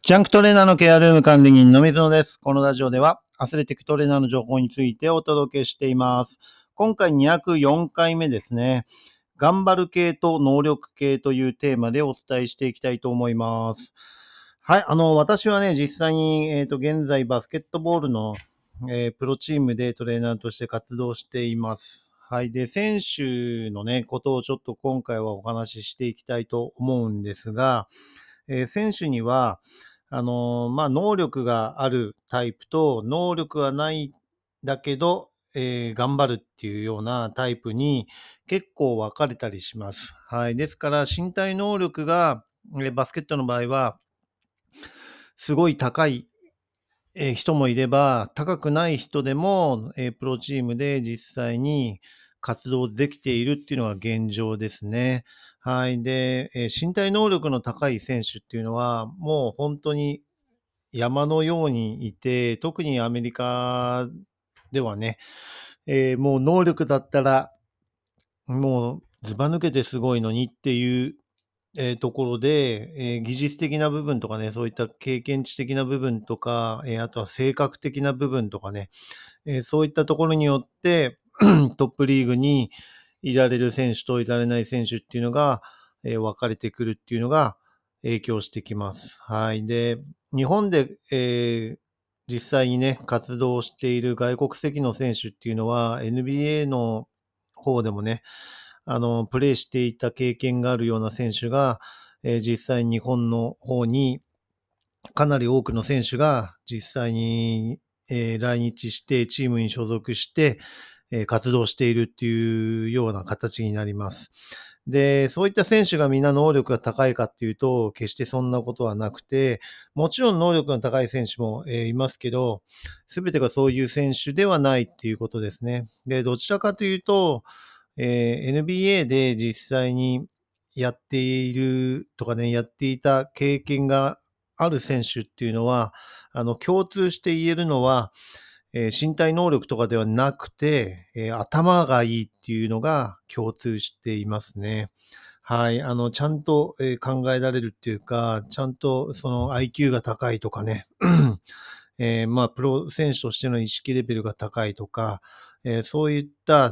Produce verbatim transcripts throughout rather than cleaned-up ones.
ジャンクトレーナーのケアルーム管理人の水野です。このラジオではアスレティックトレーナーの情報についてお届けしています。今回にひゃくよんかいめですね。頑張る系と能力系というテーマでお伝えしていきたいと思います。はい、あの、私はね、実際に、えっと、現在バスケットボールの、えープロチームでトレーナーとして活動しています。はい。で、選手のね、ことをちょっと今回はお話ししていきたいと思うんですが、えー選手には、あのーまあ、能力があるタイプと、能力はないんだけど、えー頑張るっていうようなタイプに結構分かれたりします。はい。ですから、身体能力が、えーバスケットの場合は、すごい高いえー人もいれば、高くない人でも、えープロチームで実際に活動できているっていうのが現状ですね。はい。で、えー身体能力の高い選手っていうのは、もう本当に山のようにいて、特にアメリカではね、えーもう能力だったら、もうずば抜けてすごいのにっていうえーところで、えー技術的な部分とかね、そういった経験値的な部分とか、えーあとは性格的な部分とかね、えーそういったところによって、トップリーグにいられる選手といられない選手っていうのが、えー分かれてくるっていうのが影響してきます。はい。で、日本で、えー実際にね、活動している外国籍の選手っていうのは、エヌビーエー の方でもね、あの、プレーしていた経験があるような選手が、えー実際に日本の方にかなり多くの選手が実際に、えー来日してチームに所属して、えー活動しているっていうような形になります。で、そういった選手がみんな能力が高いかっていうと、決してそんなことはなくて、もちろん能力が高い選手も、えーいますけど、すべてがそういう選手ではないっていうことですね。で、どちらかというと、えー エヌビーエー で実際にやっているとかね、やっていた経験がある選手っていうのは、あの、共通して言えるのは、えー身体能力とかではなくて、えー頭がいいっていうのが共通していますね。はい。あの、ちゃんと、えー考えられるっていうか、ちゃんとその アイキュー が高いとかね、えーまあ、プロ選手としての意識レベルが高いとか、えーそういった、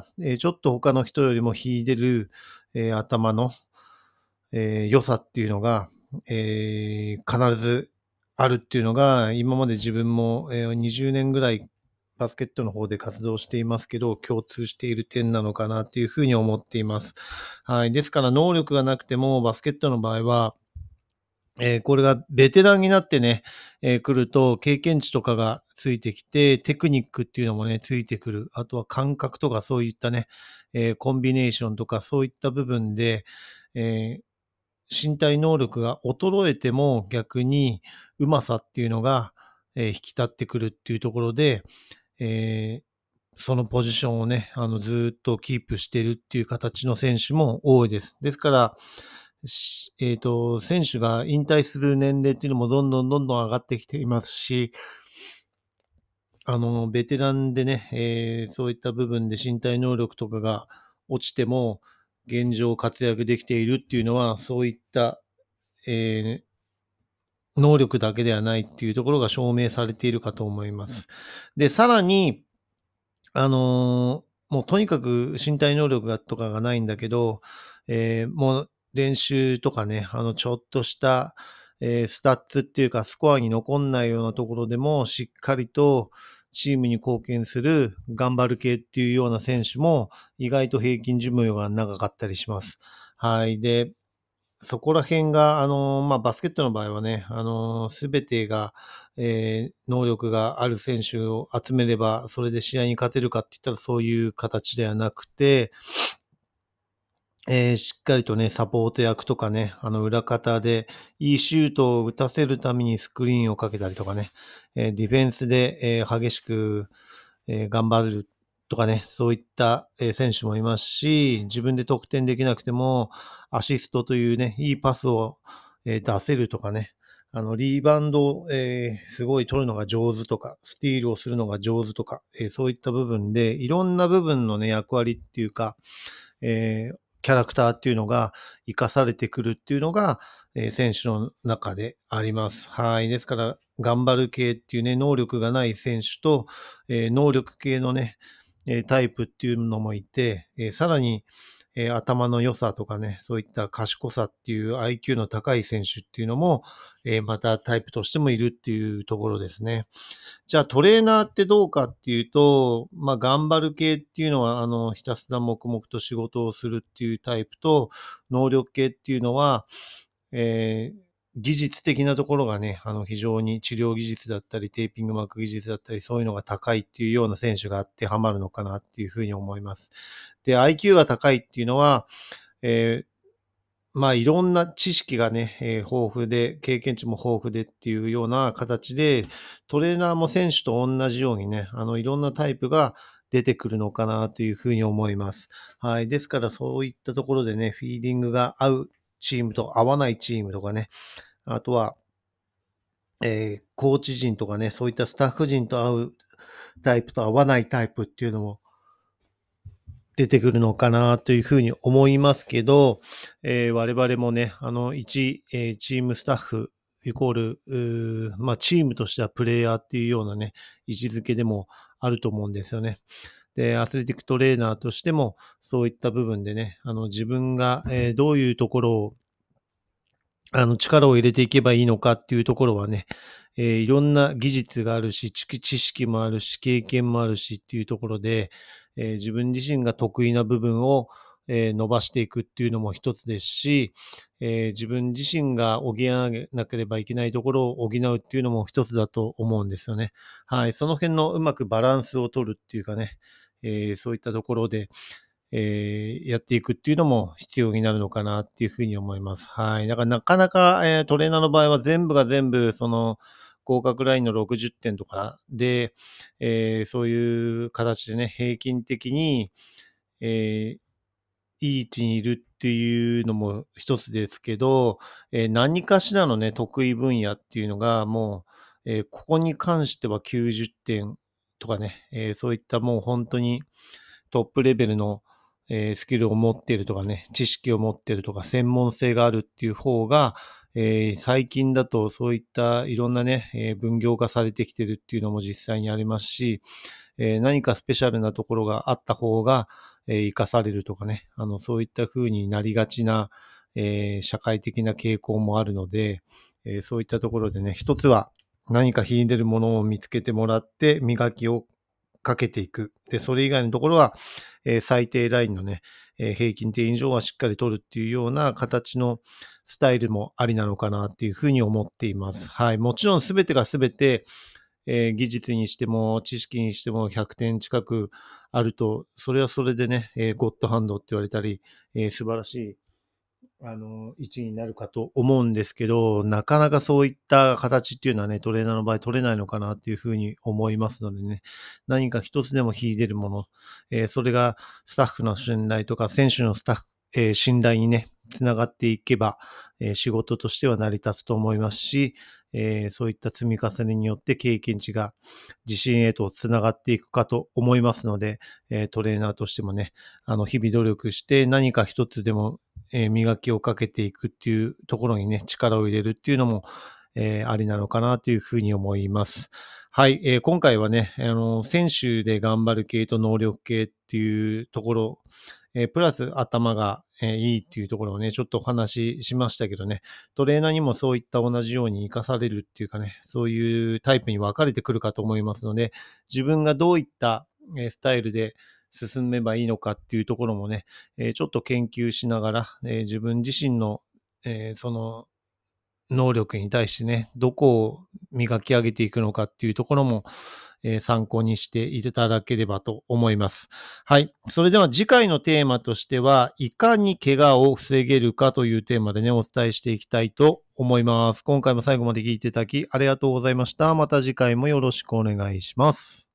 えーちょっと他の人よりも秀でる、えー頭の、えー良さっていうのが、えー必ずあるっていうのが、今まで自分も、えーにじゅうねんぐらいバスケットの方で活動していますけど、共通している点なのかなっていうふうに思っています。はい。ですから、能力がなくても、バスケットの場合は、えーこれがベテランになってね、えー来ると経験値とかがついてきて、テクニックっていうのもね、ついてくる。あとは感覚とかそういったね、えーコンビネーションとかそういった部分で、えー身体能力が衰えても逆にうまさっていうのが、えー引き立ってくるっていうところで、えーそのポジションをね、あの、ずーっとキープしているっていう形の選手も多いです。ですから、しえっと、選手が引退する年齢っていうのもどんどんどんどん上がってきていますし、あの、ベテランでね、えーそういった部分で身体能力とかが落ちても、現状活躍できているっていうのは、そういった、えー能力だけではないっていうところが証明されているかと思います。で、さらに、あの、もうとにかく身体能力がとかがないんだけど、えーもう練習とかね、あの、ちょっとした、えースタッツっていうか、スコアに残んないようなところでも、しっかりとチームに貢献する頑張る系っていうような選手も、意外と平均寿命が長かったりします。はい。で、そこら辺が、あの、まあ、バスケットの場合はね、あの、すべてが、えー能力がある選手を集めれば、それで試合に勝てるかって言ったらそういう形ではなくて、えーしっかりとね、サポート役とかね、あの、裏方で、いいシュートを打たせるためにスクリーンをかけたりとかね、えーディフェンスで、えー激しく、えー頑張るとかね、そういった、えー選手もいますし、自分で得点できなくても、アシストというね、いいパスを、えー出せるとかね、あの、リバウンドを、えーすごい取るのが上手とか、スティールをするのが上手とか、えーそういった部分で、いろんな部分のね、役割っていうか、えーキャラクターっていうのが活かされてくるっていうのが、 えー選手の中であります。はい。ですから、頑張る系っていうね、能力がない選手と、えー能力系のね、えータイプっていうのもいて、えーさらに、えー頭の良さとかね、そういった賢さっていう アイキュー の高い選手っていうのも、えーまたタイプとしてもいるっていうところですね。じゃあトレーナーってどうかっていうと、まあ頑張る系っていうのは、あの、ひたすら黙々と仕事をするっていうタイプと、能力系っていうのは、えー技術的なところがね、あの、非常に治療技術だったり、テーピング巻く技術だったり、そういうのが高いっていうような選手があってはまるのかなっていうふうに思います。で、アイキュー が高いっていうのは、えーまあ、いろんな知識がね、えー豊富で、経験値も豊富でっていうような形で、トレーナーも選手と同じようにね、あの、いろんなタイプが出てくるのかなというふうに思います。はい。ですから、そういったところでね、フィーリングが合うチームと合わないチームとかね、あとは、えーコーチ陣とかね、そういったスタッフ陣と合うタイプと合わないタイプっていうのも出てくるのかなというふうに思いますけど、えー我々もね、あの、一、えーチームスタッフイコール、うーまあ、チームとしてはプレイヤーっていうようなね、位置づけでもあると思うんですよね。で、アスレティックトレーナーとしても、そういった部分でね、あの、自分が、えーどういうところをあの、力を入れていけばいいのかっていうところはね、えーいろんな技術があるし、知知識もあるし、経験もあるしっていうところで、えー自分自身が得意な部分を、えー伸ばしていくっていうのも一つですし、えー自分自身が補わなければいけないところを補うっていうのも一つだと思うんですよね。はい。その辺のうまくバランスを取るっていうかね、えーそういったところで、えーやっていくっていうのも必要になるのかなっていうふうに思います。はい。だからなかなか、えートレーナーの場合は全部が全部、その、合格ラインのろくじゅってんとかで、えーそういう形でね、平均的に、えーいい位置にいるっていうのも一つですけど、えー何かしらのね、得意分野っていうのが、もう、えーここに関してはきゅうじゅってんとかね、えーそういったもう本当にトップレベルの、えースキルを持っているとかね、知識を持っているとか、専門性があるっていう方が、えー最近だとそういったいろんなね、えー分業化されてきてるっていうのも実際にありますし、えー何かスペシャルなところがあった方が、えー活かされるとかね、あの、そういった風になりがちな、えー社会的な傾向もあるので、えーそういったところでね、一つは何か秀でるものを見つけてもらって、磨きをかけていく。で、それ以外のところは、えー最低ラインのね、えー平均点以上はしっかり取るっていうような形のスタイルもありなのかなっていうふうに思っています。はい。もちろんすべてがすべて、えー技術にしても知識にしてもひゃくてん近くあると、それはそれでね、えーゴッドハンドって言われたり、えー素晴らしいあの、位置になるかと思うんですけど、なかなかそういった形っていうのはね、トレーナーの場合取れないのかなっていうふうに思いますのでね、何か一つでも秀でるもの、えーそれがスタッフの信頼とか選手のスタッフ、えー信頼にね、つながっていけば、えー仕事としては成り立つと思いますし、えーそういった積み重ねによって経験値が自信へとつながっていくかと思いますので、えートレーナーとしてもね、あの、日々努力して何か一つでもえー磨きをかけていくっていうところにね、力を入れるっていうのも、えーありなのかなというふうに思います。はい、えー今回はね、あの、選手で頑張る系と能力系っていうところ、えープラス頭が、えーいいっていうところをね、ちょっとお話ししましたけどね、トレーナーにもそういった同じように活かされるっていうかね、そういうタイプに分かれてくるかと思いますので、自分がどういったえースタイルで進めばいいのかっていうところもね、えーちょっと研究しながら、えー自分自身の、えーその能力に対してね、どこを磨き上げていくのかっていうところも、えー参考にしていただければと思います。はい。それでは次回のテーマとしては、いかに怪我を防げるかというテーマでね、お伝えしていきたいと思います。今回も最後まで聞いていただきありがとうございました。また次回もよろしくお願いします。